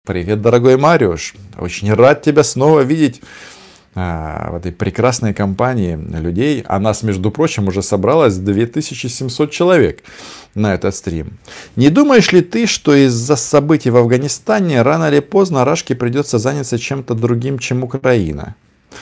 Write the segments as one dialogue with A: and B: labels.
A: Привет, дорогой Мариуш. Очень рад тебя снова видеть в этой прекрасной компании людей. А нас, между прочим, уже собралось 2700 человек на этот стрим. Не думаешь ли ты, что из-за событий в Афганистане рано или поздно Рашке придется заняться чем-то другим, чем Украина?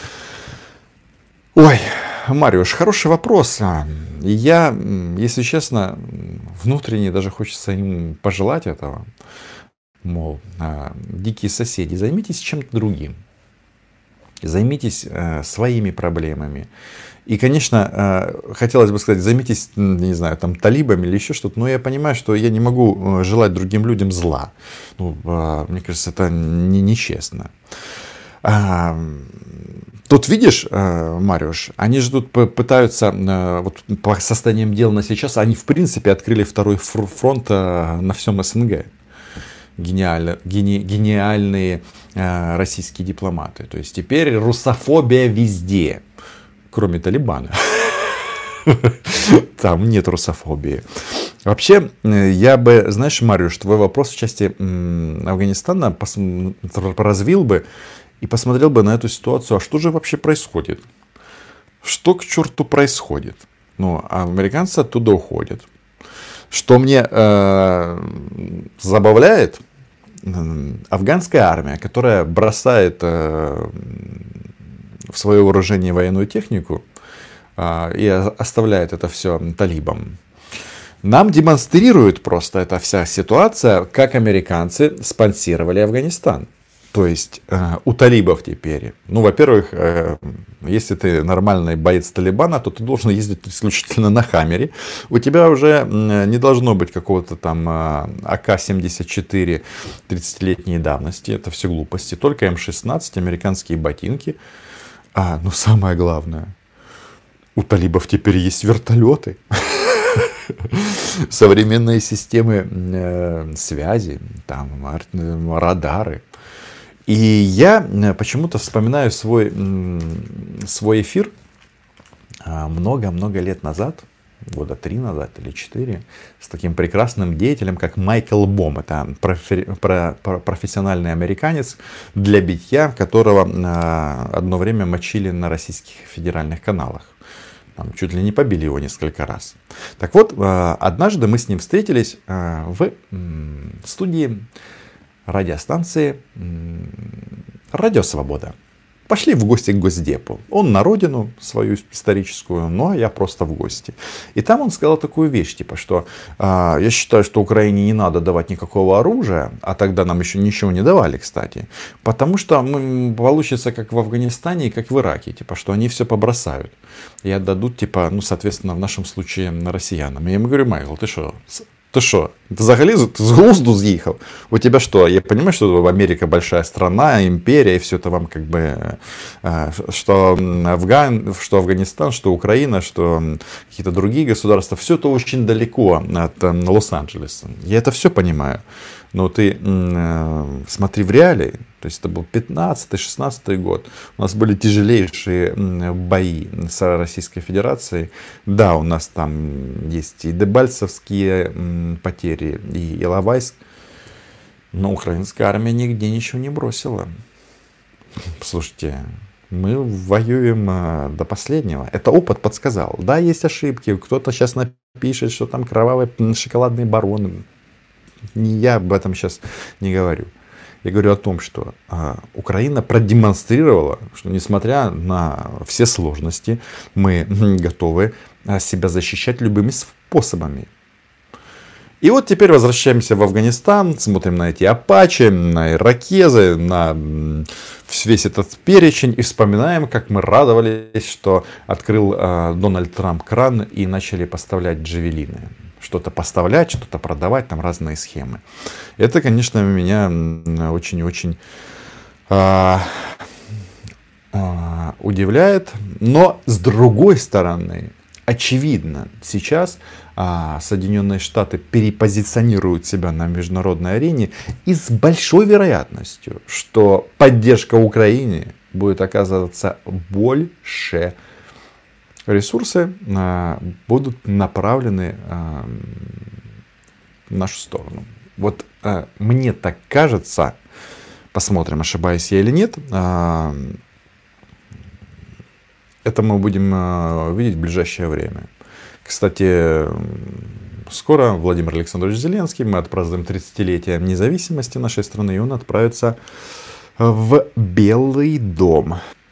A: Ой, Мариуш, хороший вопрос. Я, если честно, внутренне даже хочется им пожелать этого. Мол, дикие соседи, займитесь чем-то другим. Займитесь своими проблемами. И, конечно, хотелось бы сказать, займитесь, не знаю, там, талибами или еще что-то, но я понимаю, что я не могу желать другим людям зла. Ну, мне кажется, это нечестно. Тут видишь, Мариуш, они же тут пытаются, вот по состояниям дел на сейчас, они в принципе открыли второй фронт на всем СНГ. Гениальные российские дипломаты. То есть теперь русофобия везде, кроме Талибана. Там нет русофобии. Вообще, я бы, знаешь, Мариуш, твой вопрос в части Афганистана развил бы и посмотрел бы на эту ситуацию, а что же вообще происходит? Что к черту происходит? Ну, американцы оттуда уходят. Что мне забавляет, афганская армия, которая бросает в свое вооружение военную технику и оставляет это все талибам, нам демонстрирует просто эта вся ситуация, как американцы спонсировали Афганистан. То есть у талибов теперь, ну, во-первых, если ты нормальный боец Талибана, то ты должен ездить исключительно на Хаммере. У тебя уже не должно быть какого-то там АК-74 30-летней давности. Это все глупости. Только М-16, американские ботинки. Но самое главное, у талибов теперь есть вертолеты. Современные системы связи, там, радары. И я почему-то вспоминаю свой эфир много-много лет назад, года 3 назад или 4, с таким прекрасным деятелем, как Майкл Бом. Это профессиональный американец для битья, которого одно время мочили на российских федеральных каналах. Там чуть ли не побили его несколько раз. Так вот, однажды мы с ним встретились в студии радиостанции «Радио Свобода». Пошли в гости к Госдепу. Он на родину свою историческую, но я просто в гости. И там он сказал такую вещь, типа, что я считаю, что Украине не надо давать никакого оружия, а тогда нам еще ничего не давали, кстати, потому что получится как в Афганистане и как в Ираке, типа, что они все побросают и отдадут, типа, ну, соответственно, в нашем случае россиянам. И я ему говорю: Майкл, ты что? Ты что, ты взагалі з глузду з'їхав? У тебя что? Я понимаю, что Америка большая страна, империя, и все это вам как бы, что Афганистан, что Украина, что какие-то другие государства, все это очень далеко от Лос-Анджелеса. Я это все понимаю. Но ты смотри в реалии, то есть это был 15-16 год, у нас были тяжелейшие бои с Российской Федерацией. Да, у нас там есть и дебальцевские потери, и Иловайск, но украинская армия нигде ничего не бросила. Слушайте, мы воюем до последнего. Это опыт подсказал. Да, есть ошибки, кто-то сейчас напишет, что там кровавый шоколадный барон. Я об этом сейчас не говорю. Я говорю о том, что Украина продемонстрировала, что несмотря на все сложности, мы готовы себя защищать любыми способами. И вот теперь возвращаемся в Афганистан, смотрим на эти апачи, на иракезы, на весь этот перечень и вспоминаем, как мы радовались, что открыл Дональд Трамп кран и начали поставлять джавелины. Что-то поставлять, что-то продавать, там разные схемы. Это, конечно, меня очень-очень удивляет. Но, с другой стороны, очевидно, сейчас Соединенные Штаты перепозиционируют себя на международной арене и с большой вероятностью, что поддержка Украине будет оказываться больше. Ресурсы будут направлены в нашу сторону. Вот мне так кажется, Посмотрим, ошибаюсь я или нет. Это мы будем видеть в ближайшее время. Кстати, скоро Владимир Александрович Зеленский, мы отпразднуем 30-летие независимости нашей страны, и он отправится в Белый дом.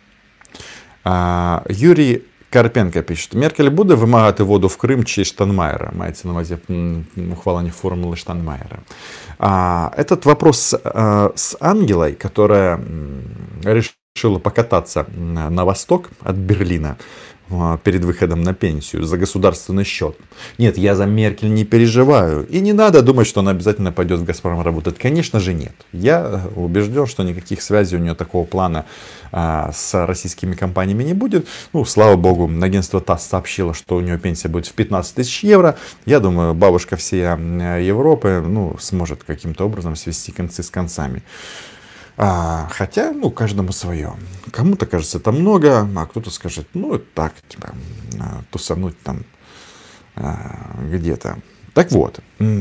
A: Юрій Карпенко пишет: Меркель буде вимагати воду в Крим чи Штайнмайєра? Мається на увазі ухвалення формулы Штайнмайєра. Этот вопрос с Ангелой, которая решила покататься на восток от Берлина перед выходом на пенсию за государственный счет. Нет, я за Меркель не переживаю. И не надо думать, что она обязательно пойдет в «Газпром» работать. Конечно же нет. Я убежден, что никаких связей у нее такого плана с российскими компаниями не будет. Ну, слава богу, агентство ТАСС сообщило, что у нее пенсия будет в 15 тысяч евро. Я думаю, бабушка всей Европы сможет каким-то образом свести концы с концами. Хотя, каждому свое. Кому-то кажется это много, а кто-то скажет, так, типа, тусануть там где-то. Так вот,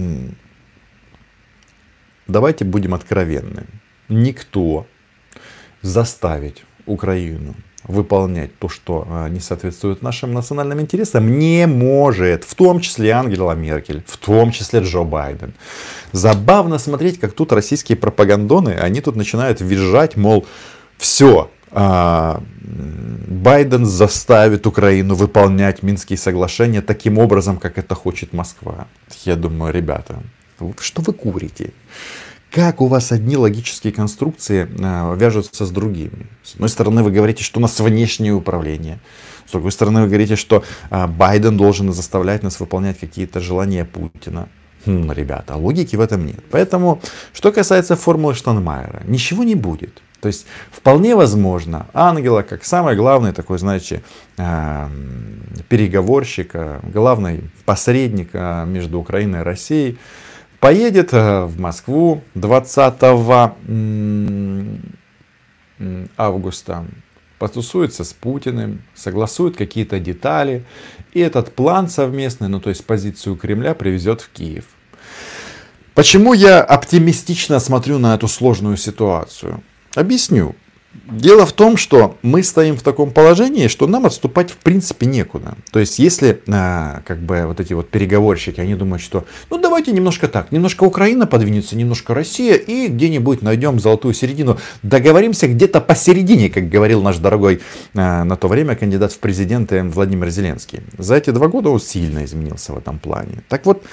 A: давайте будем откровенны. Никто заставить Украину выполнять то, что не соответствует нашим национальным интересам, не может. В том числе Ангела Меркель, в том числе Джо Байден. Забавно смотреть, как тут российские пропагандоны, они тут начинают визжать, мол, все, Байден заставит Украину выполнять Минские соглашения таким образом, как это хочет Москва. Я думаю, ребята, что вы курите? Как у вас одни логические конструкции вяжутся с другими? С одной стороны, вы говорите, что у нас внешнее управление. С другой стороны, вы говорите, что Байден должен заставлять нас выполнять какие-то желания Путина. Ребята, логики в этом нет. Поэтому, что касается формулы Штайнмайєра, ничего не будет. То есть, вполне возможно, Ангела, как самый главный такой, знаете, переговорщик, главный посредник между Украиной и Россией, поедет в Москву 20 августа, потусуется с Путиным, согласует какие-то детали, и этот план совместный, то есть позицию Кремля, привезет в Киев. Почему я оптимистично смотрю на эту сложную ситуацию? Объясню. Дело в том, что мы стоим в таком положении, что нам отступать в принципе некуда. То есть, если вот эти вот переговорщики, они думают, что давайте немножко так, немножко Украина подвинется, немножко Россия, и где-нибудь найдем золотую середину, договоримся где-то посередине, как говорил наш дорогой на то время кандидат в президенты Владимир Зеленский. За эти 2 года он сильно изменился в этом плане. Так вот,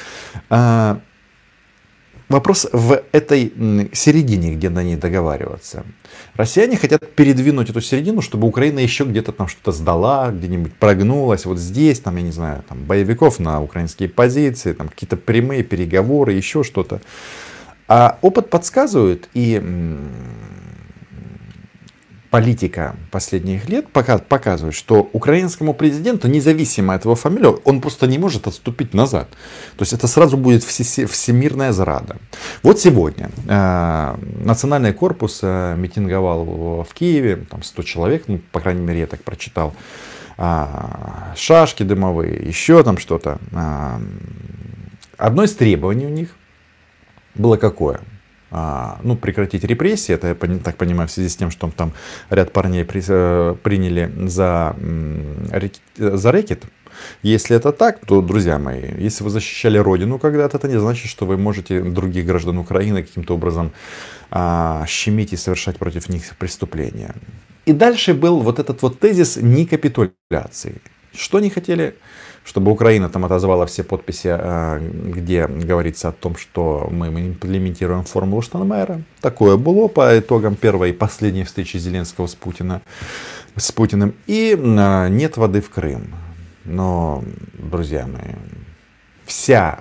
A: вопрос в этой середине, где на ней договариваться. Россияне хотят передвинуть эту середину, чтобы Украина еще где-то там что-то сдала, где-нибудь прогнулась. Вот здесь, там, я не знаю, там, боевиков на украинские позиции, там, какие-то прямые переговоры, еще что-то. А опыт подсказывает, и политика последних лет показывает, что украинскому президенту, независимо от его фамилии, он просто не может отступить назад. То есть это сразу будет всемирная зрада. Вот сегодня национальный корпус митинговал в Киеве, там 100 человек, по крайней мере я так прочитал, шашки дымовые, еще там что-то. Одно из требований у них было какое? Прекратить репрессии, это я так понимаю, в связи с тем, что там ряд парней приняли за рэкет. Если это так, то, друзья мои, если вы защищали Родину когда-то, это не значит, что вы можете других граждан Украины каким-то образом щемить и совершать против них преступления. И дальше был вот этот вот тезис не капитуляции. Что они хотели? Чтобы Украина там отозвала все подписи, где говорится о том, что мы имплементируем формулу Штайнмайєра. Такое было по итогам первой и последней встречи Зеленского с Путиным. И нет воды в Крым. Но, друзья мои, вся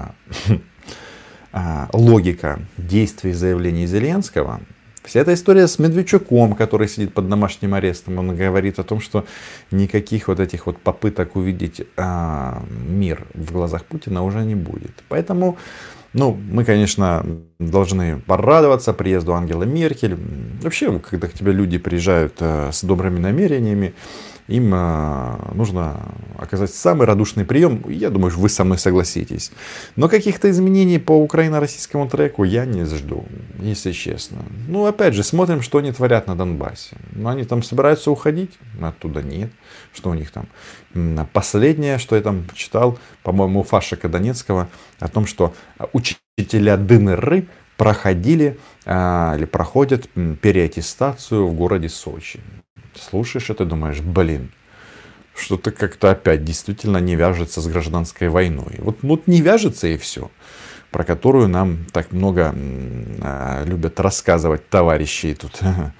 A: логика действий и заявлений Зеленского, вся эта история с Медведчуком, который сидит под домашним арестом, он говорит о том, что никаких вот этих вот попыток увидеть мир в глазах Путина уже не будет. Поэтому, мы, конечно, должны порадоваться приезду Ангелы Меркель. Вообще, когда к тебе люди приезжают с добрыми намерениями, им нужно оказать самый радушный прием. Я думаю, вы со мной согласитесь. Но каких-то изменений по украино-российскому треку я не жду, если честно. Ну, опять же, смотрим, что они творят на Донбассе. Ну, они там собираются уходить? Оттуда нет. Что у них там? Последнее, что я там читал, по-моему, у Фашика Донецкого, о том, что учителя ДНР проходили или проходят переаттестацию в городе Сочи. Слушаешь это, думаешь, блин, что-то как-то опять действительно не вяжется с гражданской войной. Вот не вяжется и все, про которую нам так много любят рассказывать товарищи тут.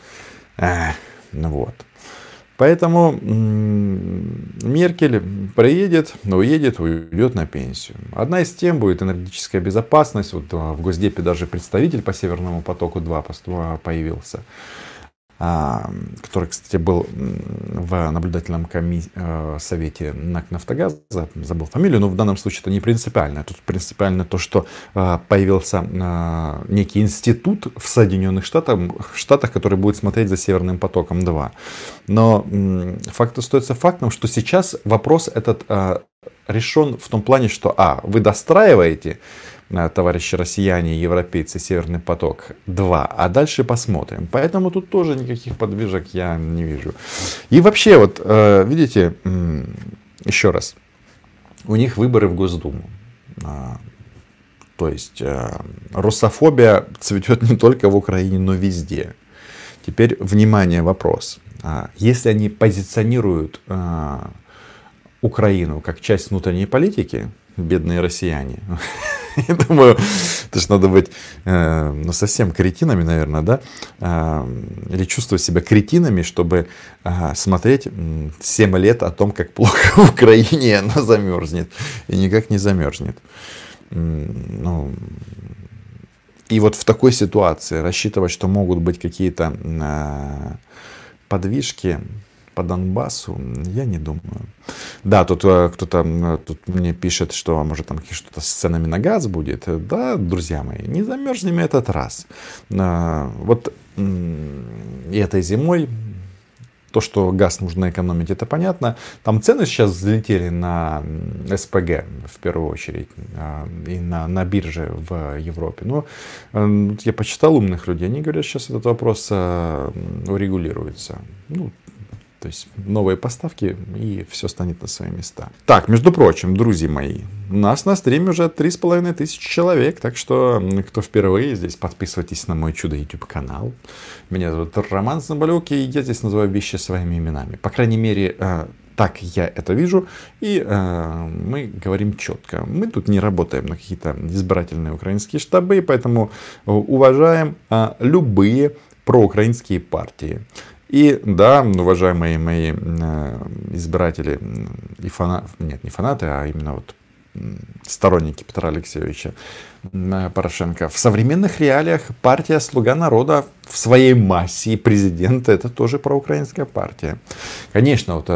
A: Вот. Поэтому Меркель приедет, уедет, уйдет на пенсию. Одна из тем будет энергетическая безопасность. Вот в Госдепе даже представитель по Северному потоку-2 появился, который, кстати, был в наблюдательном совете НАК «Нафтогаза», забыл фамилию, но в данном случае это не принципиально. Тут принципиально то, что появился некий институт в Соединенных Штатах, который будет смотреть за Северным потоком-2. Но факт остается фактом, что сейчас вопрос этот решен в том плане, что вы достраиваете, товарищи россияне и европейцы, Северный поток-2, а дальше посмотрим. Поэтому тут тоже никаких подвижек я не вижу. И вообще, вот видите, еще раз, у них выборы в Госдуму. То есть русофобия цветет не только в Украине, но везде. Теперь, внимание, вопрос. Если они позиционируют Украину как часть внутренней политики, бедные россияне, я думаю, это же надо быть совсем кретинами, наверное, да? Или чувствовать себя кретинами, чтобы смотреть 7 лет о том, как плохо в Украине, она замерзнет. И никак не замерзнет. Ну, и вот в такой ситуации рассчитывать, что могут быть какие-то подвижки по Донбассу, я не думаю. Да, тут кто-то мне пишет, что может там что-то с ценами на газ будет. Да, друзья мои, не замерзнем этот раз. Вот и этой зимой то, что газ нужно экономить, это понятно. Там цены сейчас взлетели на СПГ в первую очередь и на бирже в Европе. Но я почитал умных людей, они говорят, сейчас этот вопрос урегулируется. Ну, то есть новые поставки, и все станет на свои места. Так, между прочим, друзья мои, у нас на стриме уже 3500 человек. Так что, кто впервые здесь, подписывайтесь на мой чудо YouTube канал. Меня зовут Роман Соболюк, и я здесь называю вещи своими именами. По крайней мере, так я это вижу, и мы говорим четко. Мы тут не работаем на какие-то избирательные украинские штабы, поэтому уважаем любые проукраинские партии. И да, уважаемые мои избиратели и фанаты, нет, не фанаты, а именно вот сторонники Петра Алексеевича Порошенко. В современных реалиях партия «Слуга народа» в своей массе и президента — это тоже проукраинская партия. Конечно, вот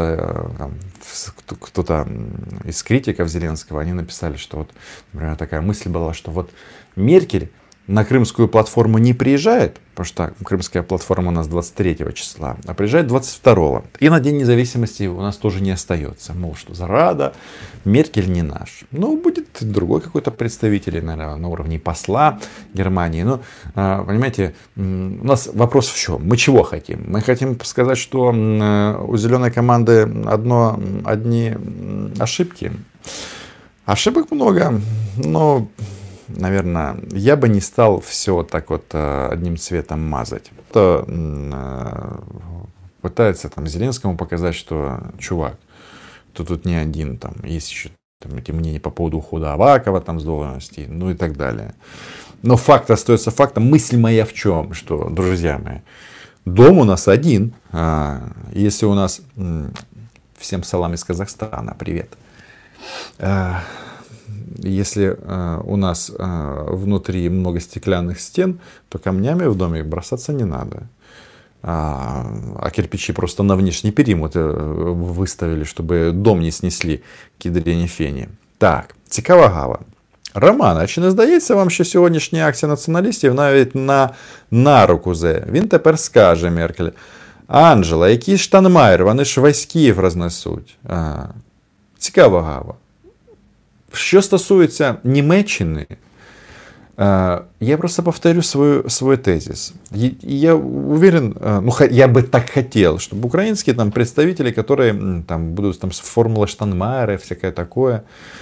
A: кто-то из критиков Зеленского, они написали, что вот, например, такая мысль была, что вот Меркель на крымскую платформу не приезжает, потому что крымская платформа у нас 23 числа, а приезжает 22. И на День независимости у нас тоже не остается. Мол, что зарада, Меркель не наш. Ну, будет другой какой-то представитель, наверное, на уровне посла Германии. Но, понимаете, у нас вопрос в чем? Мы чего хотим? Мы хотим сказать, что у зеленой команды одни ошибки. Ошибок много, но... Наверное, я бы не стал все так вот одним цветом мазать. Кто пытается там Зеленскому показать, что чувак, ты тут не один, там есть еще там, эти мнения по поводу ухода Авакова там, с должности, ну и так далее. Но факт остается фактом. Мысль моя в чем? Что, друзья мои, дом у нас один. Если у нас... Всем салам из Казахстана, привет. Если у нас внутри много стеклянных стен, то камнями в доме бросаться не надо. А кирпичи просто на внешний периметр выставили, чтобы дом не снесли кідрені фені. Так, цікава гава. Роман, а чи не здається вам, що сьогоднішня акція націоналістів навіть на руку зе? Він тепер скаже Меркель. Анжела, який Штайнмайєр, вони ж весь Київ рознесуть. Цікава гава. Що стосується Німеччини, я просто повторю свой тезис. Я уверен, я бы так хотел, чтобы украинские там представители, которые там будут там с формулой Штайнмайєра и всякое такое,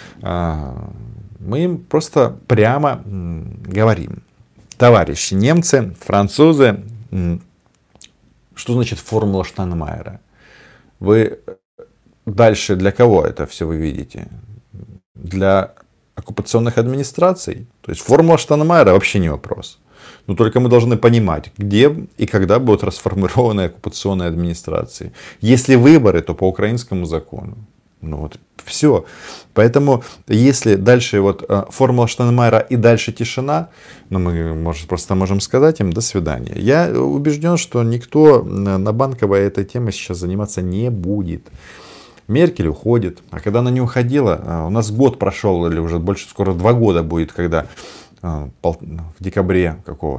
A: мы им просто прямо говорим: товарищи немцы, французы, что значит формула Штайнмайєра? Вы дальше для кого это все вы видите? Для оккупационных администраций? То есть формула Штайнмайєра вообще не вопрос. Но только мы должны понимать, где и когда будут расформированы оккупационные администрации. Если выборы, то по украинскому закону. Все. Поэтому, если дальше формула Штайнмайєра и дальше тишина, мы просто можем сказать им до свидания. Я убежден, что никто на Банковой этой темой сейчас заниматься не будет. Меркель уходит. А когда она не уходила, у нас год прошел, или уже больше, скоро 2 года будет, когда в декабре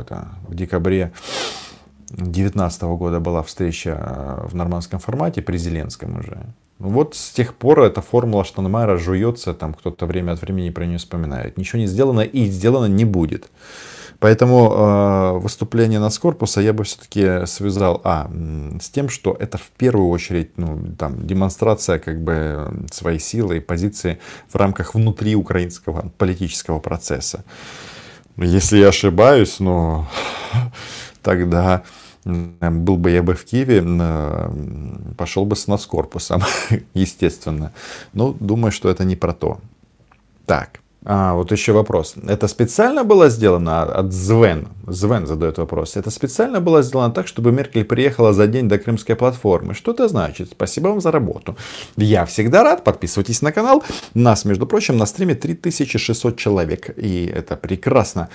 A: 2019 года была встреча в нормандском формате при Зеленском уже. С тех пор эта формула Штайнмайєра жуется, там кто-то время от времени про нее вспоминает. Ничего не сделано и сделано не будет. Поэтому выступление Нацкорпуса я бы все-таки связал с тем, что это в первую очередь демонстрация своей силы и позиции в рамках внутри украинского политического процесса. Если я ошибаюсь, тогда был бы я в Киеве, пошел бы с Нацкорпусом, естественно. Но думаю, что это не про то. Так. Еще вопрос. Это специально было сделано от Звен? Звен задает вопрос. Это специально было сделано так, чтобы Меркель приехала за день до Крымской платформы? Что это значит? Спасибо вам за работу. Я всегда рад. Подписывайтесь на канал. Нас, между прочим, на стриме 3600 человек. И это прекрасно.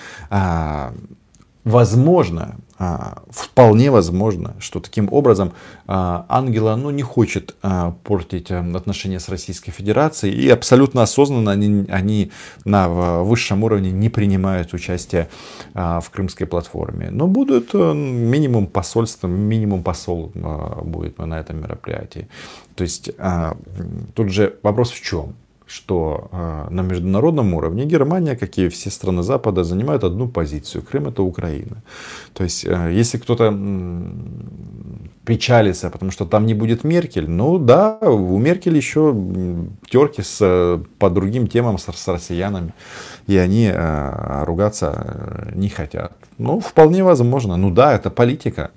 A: Возможно, вполне возможно, что таким образом Ангела не хочет портить отношения с Российской Федерацией, и абсолютно осознанно они на высшем уровне не принимают участие в Крымской платформе. Но будут минимум посольством, минимум посол будет на этом мероприятии. То есть тут же вопрос в чем? Что на международном уровне Германия, как и все страны Запада, занимают одну позицию. Крым — это Украина. То есть, если кто-то печалится, потому что там не будет Меркель, да, у Меркель еще терки по другим темам с россиянами, и они ругаться не хотят. Вполне возможно. Да, это политика.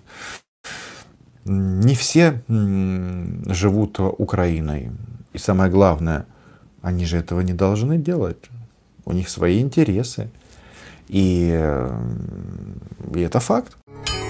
A: Не все живут Украиной. И самое главное, они же этого не должны делать. У них свои интересы. И это факт.